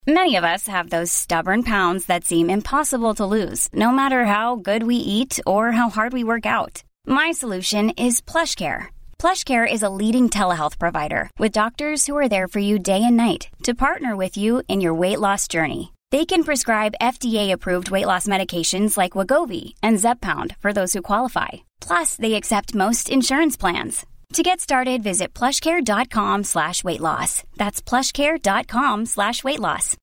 Many of us have those stubborn pounds that seem impossible to lose, no matter how good we eat or how hard we work out. My solution is PlushCare. PlushCare is a leading telehealth provider with doctors who are there for you day and night to partner with you in your weight loss journey. They can prescribe FDA-approved weight loss medications like Wegovy and Zepbound for those who qualify. Plus, they accept most insurance plans. To get started, visit plushcare.com/weightloss. That's plushcare.com/weightloss.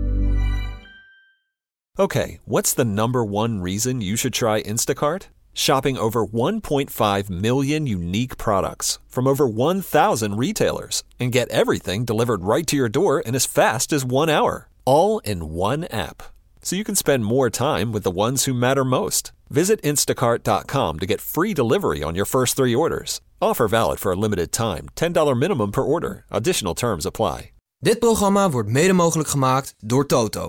Okay, what's the number one reason you should try Instacart? Shopping over 1.5 million unique products from over 1,000 retailers and get everything delivered right to your door in as fast as 1 hour. All in one app. So you can spend more time with the ones who matter most. Visit instacart.com to get free delivery on your first 3 orders. Offer valid for a limited time. $10 minimum per order. Additional terms apply. Dit programma wordt mede mogelijk gemaakt door Toto.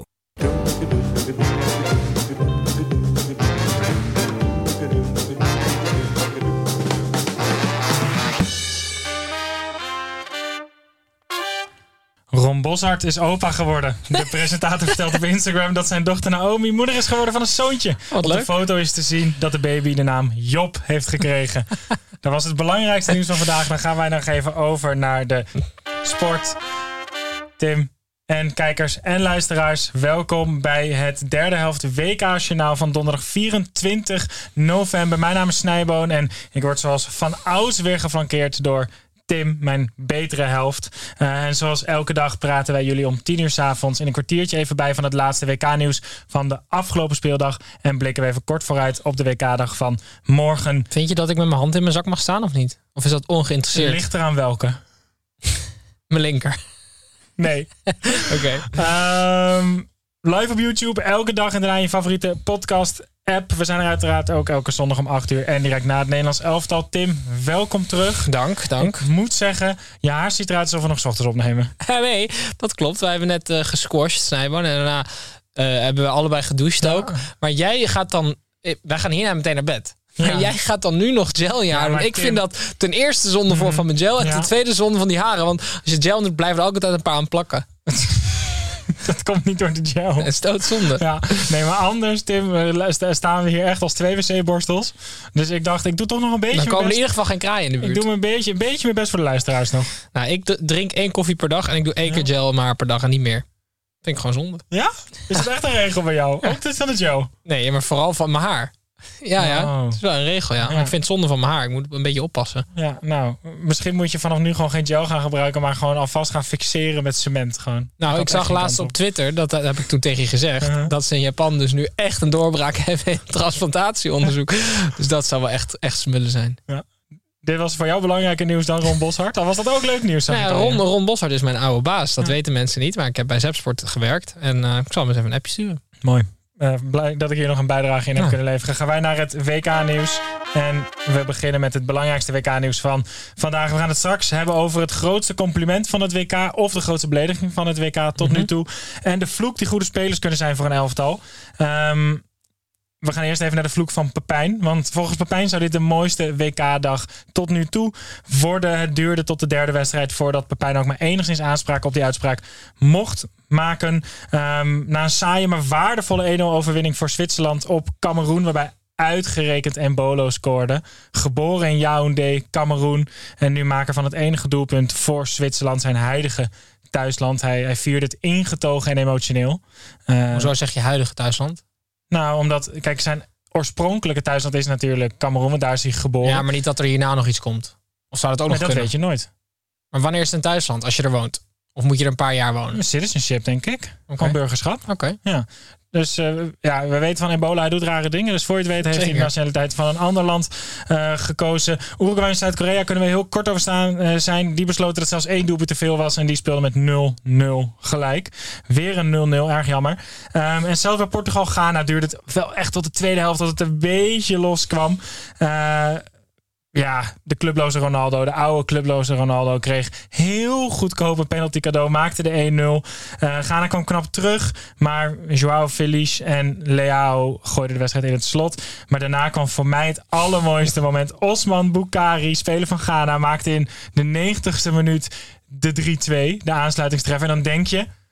Ron Boshart is opa geworden. De presentator vertelt op Instagram dat zijn dochter Naomi moeder is geworden van een zoontje. Wat op leuk. de foto is te zien dat de baby de naam Job heeft gekregen. Dat was het belangrijkste nieuws van vandaag. Dan gaan wij nog even over naar de sport. Tim en kijkers en luisteraars, welkom bij het derde helft WK-journaal van donderdag 24 november. Mijn naam is Snijboon en ik word zoals van ouds weer geflankeerd door Tim, mijn betere helft. En zoals elke dag praten wij jullie om 10 uur 's avonds in een kwartiertje even bij van het laatste WK-nieuws van de afgelopen speeldag. En blikken we even kort vooruit op de WK-dag van morgen. Vind je dat ik met mijn hand in mijn zak mag staan of niet? Of is dat ongeïnteresseerd? Het ligt eraan welke. Mijn linker. Nee. Oké. Live op YouTube, elke dag en daarna je favoriete podcast-app. We zijn er uiteraard ook elke zondag om 8 uur en direct na het Nederlands elftal. Tim, welkom terug. Dank. Ik moet zeggen, je haar ziet eruit alsof we nog 's ochtends opnemen. Nee, dat klopt. Wij hebben net gesquashed, Snijboon. En daarna hebben we allebei gedoucht ook. Maar jij gaat dan... Wij gaan hierna meteen naar bed. Ja. Maar jij gaat dan nu nog gel in je haar doen. Ik vind dat ten eerste zonde voor van mijn gel. En ten tweede zonde van die haren. Want als je gel doet, blijven er altijd een paar aan plakken. Dat komt niet door de gel. Het is doodzonde. Ja, nee, maar anders, Tim, staan we hier echt als 2 wc-borstels. Dus ik dacht, ik doe toch nog een beetje. Dan komen er in best. ieder geval geen kraaien in de buurt. Ik doe een beetje mijn best voor de luisteraars nog. Nou, ik drink 1 koffie per dag en ik doe 1 keer gel in mijn haar per dag en niet meer. Vind ik gewoon zonde. Ja? Is dat echt een regel bij jou? Ook dit is van de gel? Nee, maar vooral van mijn haar. Ja, Oh. het is wel een regel, ja. Maar ik vind het zonde van mijn haar. Ik moet een beetje oppassen. Ja, nou, misschien moet je vanaf nu gewoon geen gel gaan gebruiken, maar gewoon alvast gaan fixeren met cement gewoon. Nou, ik zag laatst op Twitter, dat heb ik toen tegen je gezegd, dat ze in Japan dus nu echt een doorbraak hebben in transplantatieonderzoek. Dus dat zou wel echt smullen zijn. Ja. Dit was voor jou belangrijker nieuws dan Ron Boshart. Al was dat ook leuk nieuws. Ron Boshart is mijn oude baas. Dat weten mensen niet, maar ik heb bij Zepsport gewerkt. En ik zal hem eens even een appje sturen. Mooi. Blij dat ik hier nog een bijdrage in heb kunnen leveren. Gaan wij naar het WK-nieuws. En we beginnen met het belangrijkste WK-nieuws van vandaag. We gaan het straks hebben over het grootste compliment van het WK. Of de grootste belediging van het WK tot nu toe. En de vloek die goede spelers kunnen zijn voor een elftal. We gaan eerst even naar de vloek van Pepijn. Want volgens Pepijn zou dit de mooiste WK-dag tot nu toe worden. Het duurde tot de derde wedstrijd voordat Pepijn ook maar enigszins aanspraak op die uitspraak mocht maken. Na een saaie maar waardevolle 1-0 overwinning voor Zwitserland op Kameroen, waarbij uitgerekend Embolo scoorde. Geboren in Yaoundé, Kameroen. En nu maker van het enige doelpunt voor Zwitserland, zijn huidige thuisland. Hij vierde het ingetogen en emotioneel. Hoezo zeg je huidige thuisland? Nou, omdat, kijk, zijn oorspronkelijke thuisland is natuurlijk Kameroen, want daar is hij geboren. Ja, maar niet dat er hierna nog iets komt. Of zou dat ook nog kunnen? Dat weet je nooit. Maar wanneer is het een thuisland, als je er woont? Of moet je er een paar jaar wonen? Een citizenship, denk ik. Gewoon burgerschap. Oké. Ja. Dus we weten van Ebola, hij doet rare dingen. Dus voor je het weet heeft hij de nationaliteit van een ander land gekozen. Uruguay en Zuid-Korea kunnen we heel kort over zijn. Die besloten dat zelfs 1 doelpunt te veel was. En die speelden met 0-0 gelijk. Weer een 0-0, erg jammer. En zelfs bij Portugal-Ghana duurde het wel echt tot de tweede helft, tot het een beetje loskwam. De clubloze Ronaldo, de oude clubloze Ronaldo, kreeg heel goedkoop een penalty cadeau, maakte de 1-0. Ghana kwam knap terug, maar João Félix en Leao gooiden de wedstrijd in het slot. Maar daarna kwam voor mij het allermooiste moment. Osman Boukari, speler van Ghana, maakte in de 90ste minuut de 3-2, de aansluitingstreffer. En dan denk je,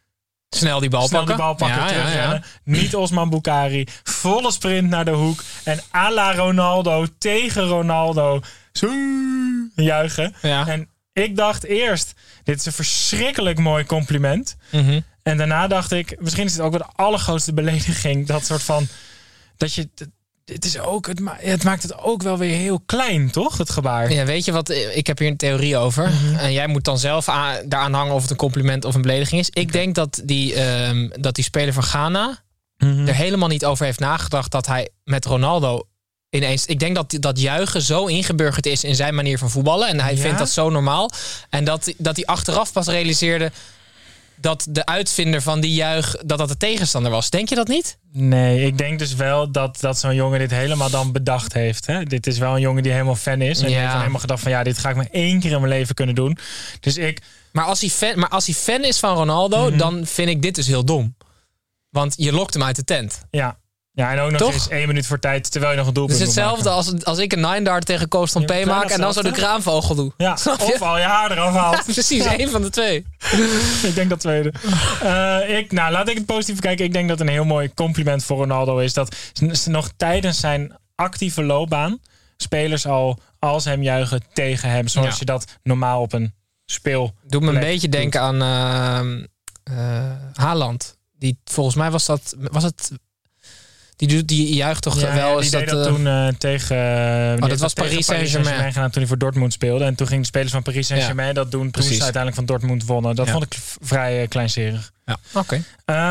Snel die bal pakken, terugrennen. Niet Osman Boukari. Volle sprint naar de hoek. En à la Ronaldo tegen Ronaldo. Zo juichen. Ja. En ik dacht eerst, dit is een verschrikkelijk mooi compliment. Mm-hmm. En daarna dacht ik, misschien is het ook wel de allergrootste belediging. Dat soort van, dat je... Het maakt het ook wel weer heel klein, toch? Het gebaar. Ja, weet je wat? Ik heb hier een theorie over. Mm-hmm. En jij moet dan zelf daaraan hangen of het een compliment of een belediging is. Ik denk dat die speler van Ghana er helemaal niet over heeft nagedacht dat hij met Ronaldo ineens... Ik denk dat juichen zo ingeburgerd is in zijn manier van voetballen. En hij vindt dat zo normaal. En dat hij achteraf pas realiseerde dat de uitvinder van die juich, dat de tegenstander was. Denk je dat niet? Nee, ik denk dus wel dat zo'n jongen dit helemaal dan bedacht heeft. Hè? Dit is wel een jongen die helemaal fan is. En die heeft dan helemaal gedacht van dit ga ik maar 1 keer in mijn leven kunnen doen. Dus Maar als hij fan is van Ronaldo, dan vind ik dit dus heel dom. Want je lokt hem uit de tent. Ja, en ook nog eens 1 minuut voor tijd, terwijl je nog een doelpunt moet maken. Het is hetzelfde als ik een 9-dart tegen Koostan P maak en dan zo de kraanvogel doe. Ja, of al je haar eraf haalt. Ja, precies, 1 van de 2. Ik denk dat tweede. Laat ik het positief kijken. Ik denk dat een heel mooi compliment voor Ronaldo is dat nog tijdens zijn actieve loopbaan spelers al als hem juichen tegen hem. Zoals je dat normaal op een speel. Doet me een beetje denken aan Haaland. Die volgens mij was het... Die juicht toch wel eens. Die deed dat toen tegen... dat was Paris Saint-Germain gedaan toen hij voor Dortmund speelde. En toen gingen de spelers van Paris Saint-Germain dat doen. Toen ze uiteindelijk van Dortmund wonnen. Dat vond ik vrij kleinserig. Ja, oké.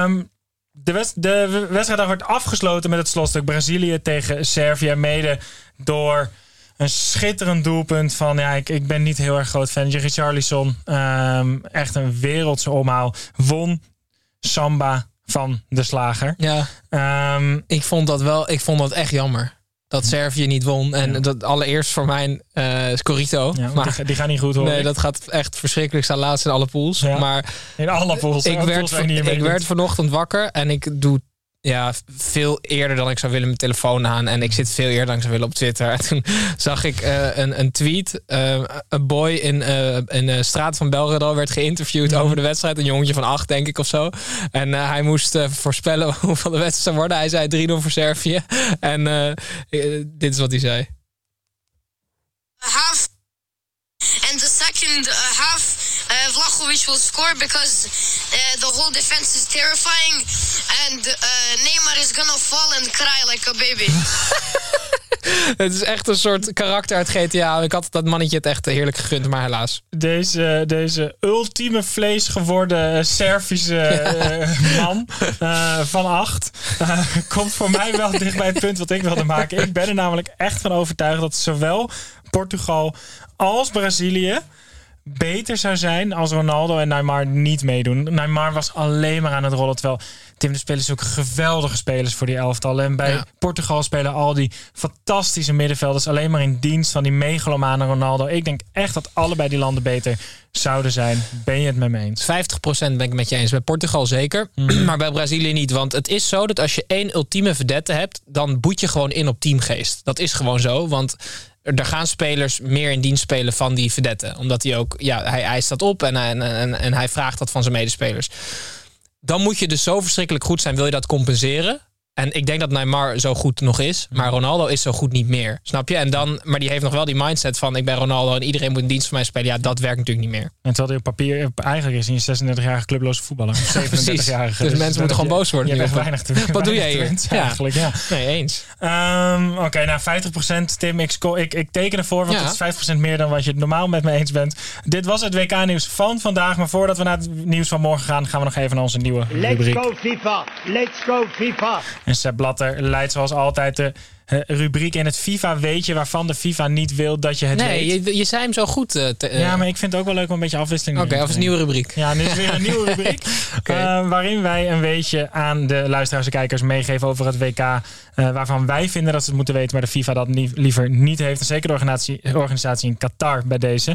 De wedstrijd werd afgesloten met het slotstuk Brazilië tegen Servië. Mede door een schitterend doelpunt van... ik ben niet heel erg groot fan. Richarlison. Echt een wereldse omhaal. Won Samba van de slager. Ja. Ik vond dat echt jammer. Dat Servië niet won. En dat allereerst voor mijn Scorito. Ja, maar die gaan niet goed hoor. Nee, dat gaat echt verschrikkelijk staan laatst in alle pools. Ja, maar in alle pools. Ik werd vanochtend wakker en ik doe veel eerder dan ik zou willen mijn telefoon aan. En ik zit veel eerder dan ik zou willen op Twitter. En toen zag ik een tweet. Een boy in de straat van Belgrado werd geïnterviewd over de wedstrijd. Een jongetje van 8, denk ik, of zo. En hij moest voorspellen hoeveel de wedstrijd zou worden. Hij zei 3-0 voor Servië. En dit is wat hij zei. Half. And the second half, Vlahovic will score because the whole defense is terrifying. And Neymar is gonna fall and cry like a baby. Het is echt een soort karakter uit GTA. Ik had dat mannetje het echt heerlijk gegund, maar helaas. Deze ultieme vlees geworden Servische man van 8 komt voor mij wel dicht bij het punt wat ik wilde maken. Ik ben er namelijk echt van overtuigd dat zowel Portugal als Brazilië beter zou zijn als Ronaldo en Neymar niet meedoen. Neymar was alleen maar aan het rollen, terwijl Tim, de spelers ook geweldige spelers voor die elftal. En bij Portugal spelen al die fantastische middenvelders alleen maar in dienst van die megalomane Ronaldo. Ik denk echt dat allebei die landen beter zouden zijn. Ben je het met me eens? 50% ben ik met je eens. Bij Portugal zeker, maar bij Brazilië niet. Want het is zo dat als je 1 ultieme vedette hebt, dan boet je gewoon in op teamgeest. Dat is gewoon zo, want er gaan spelers meer in dienst spelen van die vedette. Omdat hij ook, hij eist dat op en hij vraagt dat van zijn medespelers. Dan moet je dus zo verschrikkelijk goed zijn, wil je dat compenseren. En ik denk dat Neymar zo goed nog is, maar Ronaldo is zo goed niet meer. Snap je? Maar die heeft nog wel die mindset van ik ben Ronaldo en iedereen moet in dienst van mij spelen. Ja, dat werkt natuurlijk niet meer. En terwijl hij op papier eigenlijk is hij een 36-jarige clubloze voetballer. 37-jarige. Dus mensen moeten gewoon boos worden. Je hebt weinig te Wat doe jij hier? Eigenlijk, Nee, eens. Oké, 50%. Tim, ik teken ervoor, want het is 5% meer dan wat je normaal met me eens bent. Dit was het WK-nieuws van vandaag. Maar voordat we naar het nieuws van morgen gaan we nog even naar onze nieuwe rubriek. Let's go FIFA! Let's go FIFA! En Sepp Blatter leidt zoals altijd de rubriek in het FIFA weetje waarvan de FIFA niet wil dat je het weet. Nee, je zei hem zo goed. Ja, maar ik vind het ook wel leuk om een beetje afwisseling te doen. Oké, of een nieuwe rubriek. Ja, nu is weer een nieuwe rubriek. Waarin wij een weetje aan de luisteraars en kijkers meegeven over het WK. Waarvan wij vinden dat ze het moeten weten, maar de FIFA dat liever niet heeft. En zeker de organisatie in Qatar bij deze.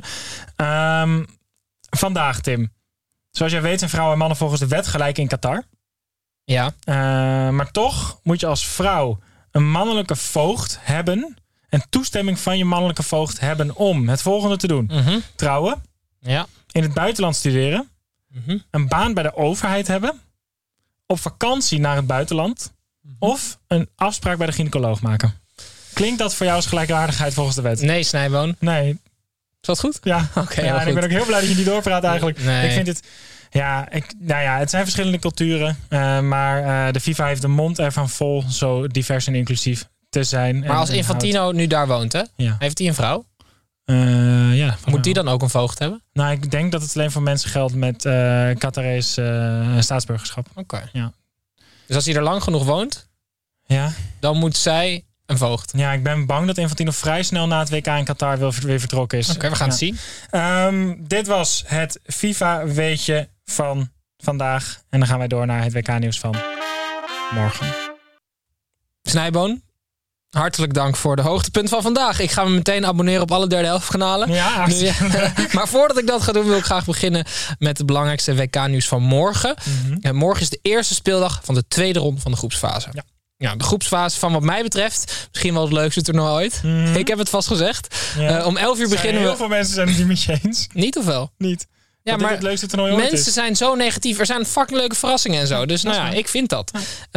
Vandaag, Tim. Zoals jij weet zijn vrouwen en mannen volgens de wet gelijk in Qatar. Ja. Maar toch moet je als vrouw een mannelijke voogd hebben en toestemming van je mannelijke voogd hebben om het volgende te doen. Trouwen, in het buitenland studeren, een baan bij de overheid hebben op vakantie naar het buitenland of een afspraak bij de gynaecoloog maken? Klinkt dat voor jou als gelijkwaardigheid volgens de wet? Nee, Snijboon. Nee. Is dat goed? Ja. Oké, ja, en ik ben ook heel blij dat je die doorpraat eigenlijk. Nee. Ik vind het... Ja, het zijn verschillende culturen. Maar de FIFA heeft de mond ervan vol zo divers en inclusief te zijn. Maar als Infantino nu daar woont, hè? Ja. Heeft hij een vrouw? Moet die dan ook een voogd hebben? Nou, ik denk dat het alleen voor mensen geldt met Qatarees staatsburgerschap. Oké. Ja. Dus als hij er lang genoeg woont, dan moet zij een voogd. Ja, ik ben bang dat Infantino vrij snel na het WK in Qatar weer vertrokken is. Oké, we gaan het zien. Dit was het FIFA-weetje van vandaag. En dan gaan wij door naar het WK-nieuws van morgen. Snijboon, hartelijk dank voor de hoogtepunt van vandaag. Ik ga me meteen abonneren op alle derde helft kanalen. Ja, maar voordat ik dat ga doen, wil ik graag beginnen met het belangrijkste WK-nieuws van morgen. En morgen is de eerste speeldag van de tweede ronde van de groepsfase. Ja, de groepsfase van wat mij betreft misschien wel het leukste toernooi ooit. Ik heb het vast gezegd. Om 11 uur beginnen we... Heel veel mensen zijn het niet met je eens. Niet of wel? Niet. Ja, maar het leukste toernooi ooit mensen is. zijn zo negatief. Er zijn fucking leuke verrassingen en zo. Dus ik vind dat.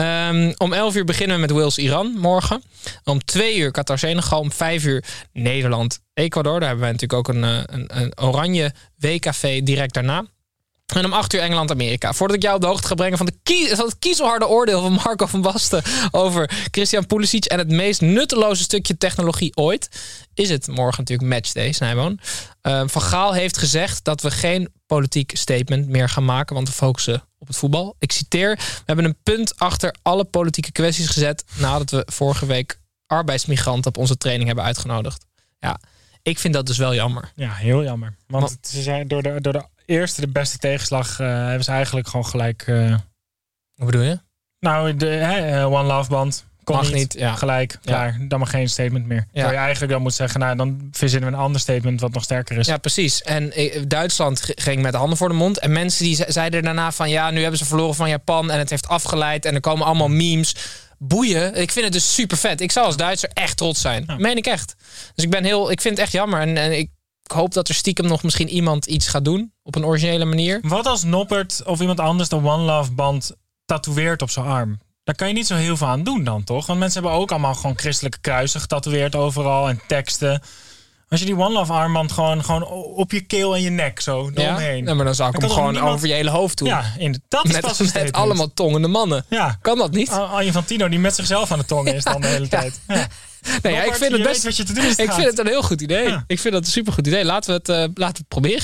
Om 11 uur beginnen we met Wales-Iran morgen. Om 2 uur Qatar-Senegal. Om 5 uur Nederland-Ecuador. Daar hebben wij natuurlijk ook een oranje WKV direct daarna. En om 8 uur Engeland-Amerika. Voordat ik jou op de hoogte ga brengen van het kiezelharde oordeel van Marco van Basten over Christian Pulisic en het meest nutteloze stukje technologie ooit, is het morgen natuurlijk matchday, Snijboon. Van Gaal heeft gezegd dat we geen politiek statement meer gaan maken, want we focussen op het voetbal. Ik citeer, we hebben een punt achter alle politieke kwesties gezet nadat we vorige week arbeidsmigranten op onze training hebben uitgenodigd. Ja, ik vind dat dus wel jammer. Ja, heel jammer. Want ze zijn door de eerste, de beste tegenslag, hebben ze eigenlijk gewoon gelijk... Wat bedoel je? Nou, de One Love band mag niet. Ja. Gelijk, klaar. Dan mag geen statement meer. Ja. Terwijl je eigenlijk dan moet zeggen, nou, dan verzinnen we een ander statement wat nog sterker is. Ja, precies. En Duitsland ging met de handen voor de mond. En mensen die zeiden daarna van, ja, nu hebben ze verloren van Japan en het heeft afgeleid en er komen allemaal memes. Boeien. Ik vind het dus super vet. Ik zou als Duitser echt trots zijn. Ja. Meen ik echt. Dus ik vind het echt jammer. En ik hoop dat er stiekem nog misschien iemand iets gaat doen op een originele manier. Wat als Noppert of iemand anders de One Love band tatoeëert op zijn arm? Daar kan je niet zo heel veel aan doen dan, toch? Want mensen hebben ook allemaal gewoon christelijke kruisen getatoeëerd overal en teksten. Als je die One Love armband gewoon op je keel en je nek zo doorheen. Ja, maar dan zou ik hem gewoon over je hele hoofd doen. Ja, dat is pas een met allemaal tongende mannen. Ja. Kan dat niet? Infantino die met zichzelf aan de tongen is dan de hele tijd. Ja. Nee, ik vind het best. Wat je te doen is ik vind het een heel goed idee. Ja. Ik vind dat een supergoed idee. Laten we het proberen.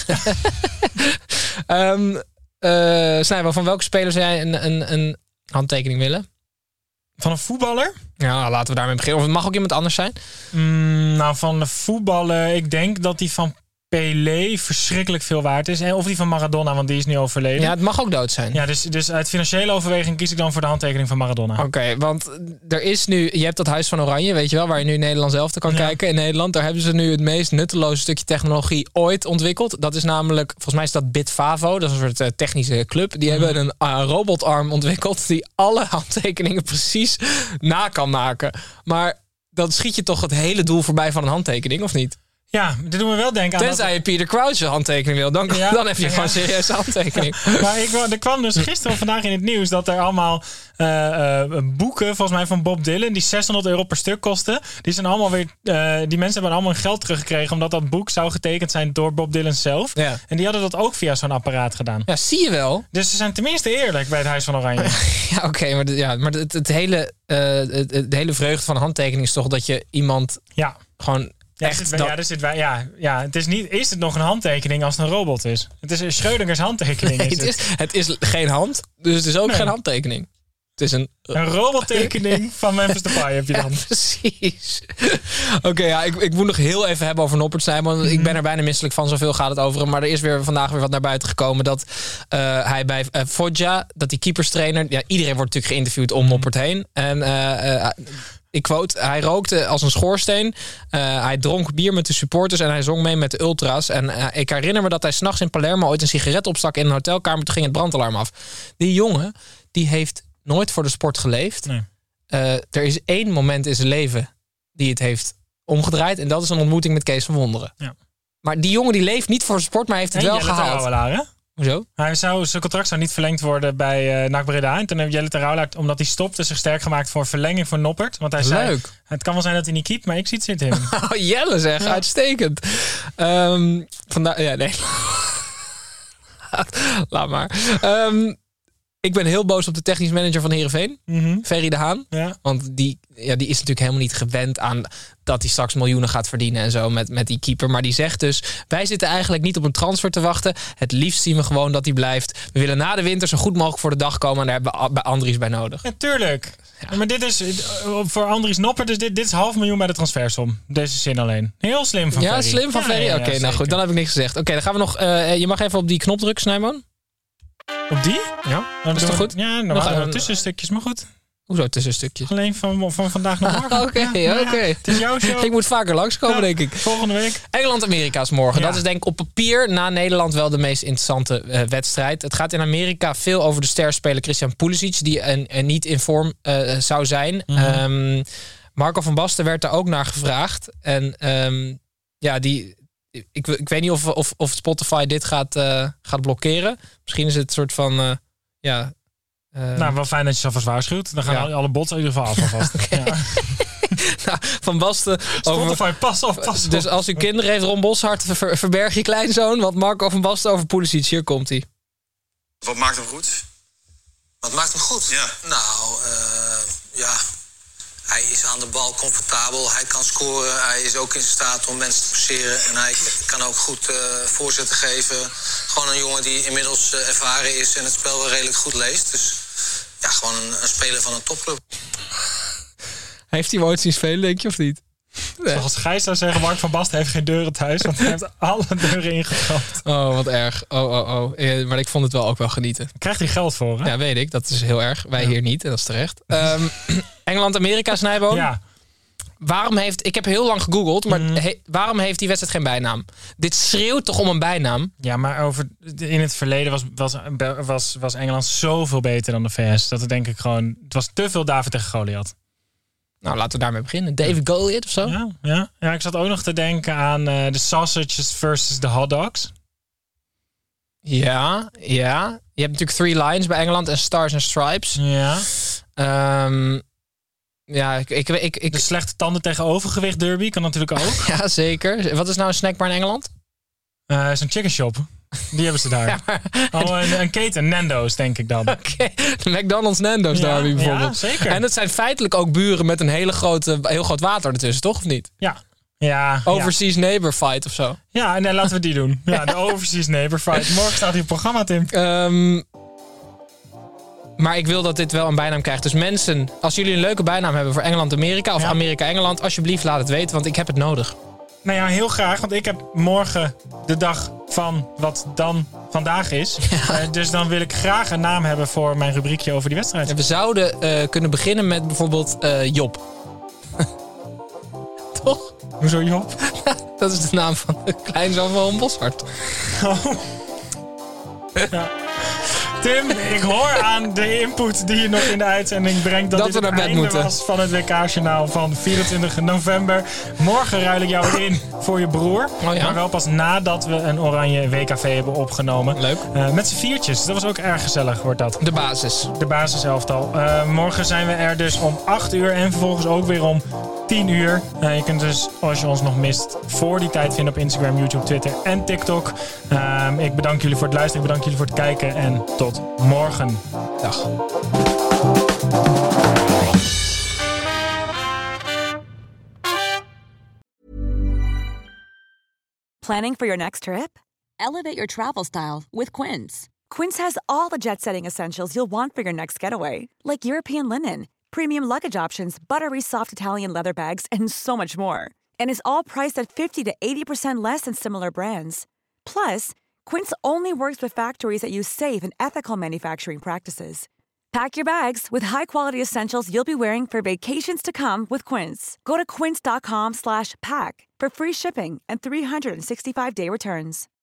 Snijboon, van welke speler zou jij een handtekening willen? Van een voetballer? Ja, laten we daarmee beginnen. Of het mag ook iemand anders zijn? Nou, van de voetballer, ik denk dat die van Pelé verschrikkelijk veel waard is. Of die van Maradona, want die is nu overleden. Ja, het mag ook dood zijn. Ja, dus uit financiële overweging kies ik dan voor de handtekening van Maradona. Oké, want er is nu... Je hebt dat Huis van Oranje, weet je wel, waar je nu Nederland zelf te kan kijken in Nederland. Daar hebben ze nu het meest nutteloze stukje technologie ooit ontwikkeld. Dat is namelijk, volgens mij is dat Bitfavo, dat is een soort technische club. Die hebben een robotarm ontwikkeld die alle handtekeningen precies na kan maken. Maar dan schiet je toch het hele doel voorbij van een handtekening, of niet? Ja, dit doen we wel denken aan... Tenzij je Peter Crouch een handtekening wil. Dan heb je gewoon een serieuze handtekening. Maar er kwam dus gisteren of vandaag in het nieuws dat er allemaal boeken, volgens mij van Bob Dylan, die €600 per stuk kosten. Die zijn allemaal weer... die mensen hebben allemaal hun geld teruggekregen omdat dat boek zou getekend zijn door Bob Dylan zelf. Ja. En die hadden dat ook via zo'n apparaat gedaan. Ja, zie je wel. Dus ze zijn tenminste eerlijk bij het Huis van Oranje. Ja, oké, maar het hele vreugde van een handtekening is toch dat je iemand gewoon... Het is niet. Is het nog een handtekening als het een robot is? Het is een Schrödingers handtekening. Nee, het is geen hand, dus het is ook geen handtekening. Het is een robottekening van Memphis Depay heb je dan. Ja, precies. Oké, ik moet nog heel even hebben over Noppert Snijboon. Want ik ben er bijna misselijk van, zoveel gaat het over hem. Maar er is vandaag weer wat naar buiten gekomen dat hij bij Foggia, dat die keeperstrainer... Ja, iedereen wordt natuurlijk geïnterviewd om Noppert heen. En ik quote, hij rookte als een schoorsteen. Hij dronk bier met de supporters en hij zong mee met de ultras. En ik herinner me dat hij 's nachts in Palermo ooit een sigaret opstak in een hotelkamer. Toen ging het brandalarm af. Die jongen, die heeft nooit voor de sport geleefd. Nee. Er is 1 moment in zijn leven die het heeft omgedraaid. En dat is een ontmoeting met Kees van Wonderen. Ja. Maar die jongen die leeft niet voor de sport, maar heeft het wel gehaald. Hoezo? Zijn contract zou niet verlengd worden bij NAC Breda. En toen heeft Jelle Terouwelaar, omdat hij stopte, zich sterk gemaakt voor verlenging voor Noppert. Want hij zei, het kan wel zijn dat hij niet keept, maar ik zie het zitten in. Oh, Jelle zeg, uitstekend. Nee. Laat maar. Ik ben heel boos op de technisch manager van Heerenveen, Ferry de Haan. Ja. Want die is natuurlijk helemaal niet gewend aan dat hij straks miljoenen gaat verdienen en zo met die keeper. Maar die zegt dus, wij zitten eigenlijk niet op een transfer te wachten. Het liefst zien we gewoon dat hij blijft. We willen na de winter zo goed mogelijk voor de dag komen en daar hebben we bij Andries bij nodig. Ja, tuurlijk. Ja. Maar dit is voor Andries Noppert, dus dit is 500.000 bij de transfersom. Deze zin alleen. Heel slim van Ferry. Ja, slim van Ferry. Oké, nou goed, dan heb ik niks gezegd. Oké, dan gaan we nog... je mag even op die knop drukken, Snijboon. Op die? Ja, dat is toch goed? Ja, dan gaan we tussenstukjes, maar goed. Hoezo tussenstukjes? Alleen van vandaag nog morgen. Oké. Het is jouw show. Ik moet vaker langskomen, denk ik. Volgende week. Engeland-Amerika is morgen. Ja. Dat is denk ik op papier na Nederland wel de meest interessante wedstrijd. Het gaat in Amerika veel over de sterspeler Christian Pulisic, die niet in vorm zou zijn. Marco van Basten werd daar ook naar gevraagd. En ik weet niet of Spotify dit gaat blokkeren. Misschien is het een soort van... wel fijn dat je ze alvast waarschuwt. Dan gaan alle bots in ieder geval af alvast. Okay. Ja. Nou, Van Basten... Spotify, pas op. Dus als u kinderen heeft, Ron Boshart, verberg je kleinzoon. Want Marco van Basten over Pulisic, hier komt hij. Wat maakt hem goed? Wat maakt hem goed? Ja. Nou, hij is aan de bal comfortabel, hij kan scoren. Hij is ook in staat om mensen te passeren. En hij kan ook goed voorzetten geven. Gewoon een jongen die inmiddels ervaren is en het spel wel redelijk goed leest. Dus ja, gewoon een speler van een topclub. Heeft hij hem ooit zien spelen, denk je, of niet? Nee. Zoals Gijs zou zeggen, Mark van Basten heeft geen deuren thuis. Want hij heeft alle deuren ingetrapt. Oh, wat erg. Maar ik vond het wel ook wel genieten. Krijgt hij geld voor, hè? Ja, weet ik. Dat is heel erg. Wij hier niet, en dat is terecht. Engeland-Amerika, Snijboon. Ja. Ik heb heel lang gegoogeld, maar waarom heeft die wedstrijd geen bijnaam? Dit schreeuwt toch om een bijnaam? Ja, maar in het verleden was Engeland zoveel beter dan de VS. Dat denk ik gewoon... Het was te veel David tegen Goliath. Nou, laten we daarmee beginnen. David Goliath of zo? Ja, ik zat ook nog te denken aan de sausages versus de hotdogs. Ja. Je hebt natuurlijk 3 Lions bij Engeland en Stars and Stripes. Ja. De slechte tanden tegen overgewicht derby kan natuurlijk ook. Ja, zeker. Wat is nou een snackbar in Engeland? Zo'n chicken shop. Die hebben ze daar. Ja, een keten, Nando's denk ik dan. Oké, de McDonald's Nando's derby bijvoorbeeld. Ja, zeker. En dat zijn feitelijk ook buren met een heel groot water ertussen, toch? Of niet? Ja. Overseas Neighbor Fight of zo. Ja, nee, laten we die doen. Ja, de Overseas Neighbor Fight. Morgen staat hier op programma, Tim. Maar ik wil dat dit wel een bijnaam krijgt. Dus mensen, als jullie een leuke bijnaam hebben voor Engeland-Amerika... of Amerika-Engeland, alsjeblieft laat het weten, want ik heb het nodig. Nou ja, heel graag, want ik heb morgen de dag van wat dan vandaag is. Ja. Dus dan wil ik graag een naam hebben voor mijn rubriekje over die wedstrijd. Ja, we zouden kunnen beginnen met bijvoorbeeld Job. Toch? Hoezo Job? Dat is de naam van de kleinzoon van Boshart. Oh. Ja. Tim, ik hoor aan de input die je nog in de uitzending brengt... dat dit we naar het bed einde moeten. was van het WK-journaal van 24 november. Morgen ruil ik jou in voor je broer. Oh ja? Maar wel pas nadat we een oranje WKV hebben opgenomen. Leuk. Met z'n viertjes. Dat was ook erg gezellig, wordt dat. De basis. De basiselftal. Morgen zijn we er dus om 8 uur en vervolgens ook weer om 10 uur. Je kunt dus, als je ons nog mist, voor die tijd vinden op Instagram, YouTube, Twitter en TikTok. Ik bedank jullie voor het luisteren. Ik bedank jullie voor het kijken. En tot morgen. Dag. Planning for your next trip? Elevate your travel style with Quince. Quince has all the jet-setting essentials you'll want for your next getaway, like European linen, premium luggage options, buttery soft Italian leather bags, and so much more. And is all priced at 50 to 80% less than similar brands. Plus, Quince only works with factories that use safe and ethical manufacturing practices. Pack your bags with high-quality essentials you'll be wearing for vacations to come with Quince. Go to quince.com/pack for free shipping and 365-day returns.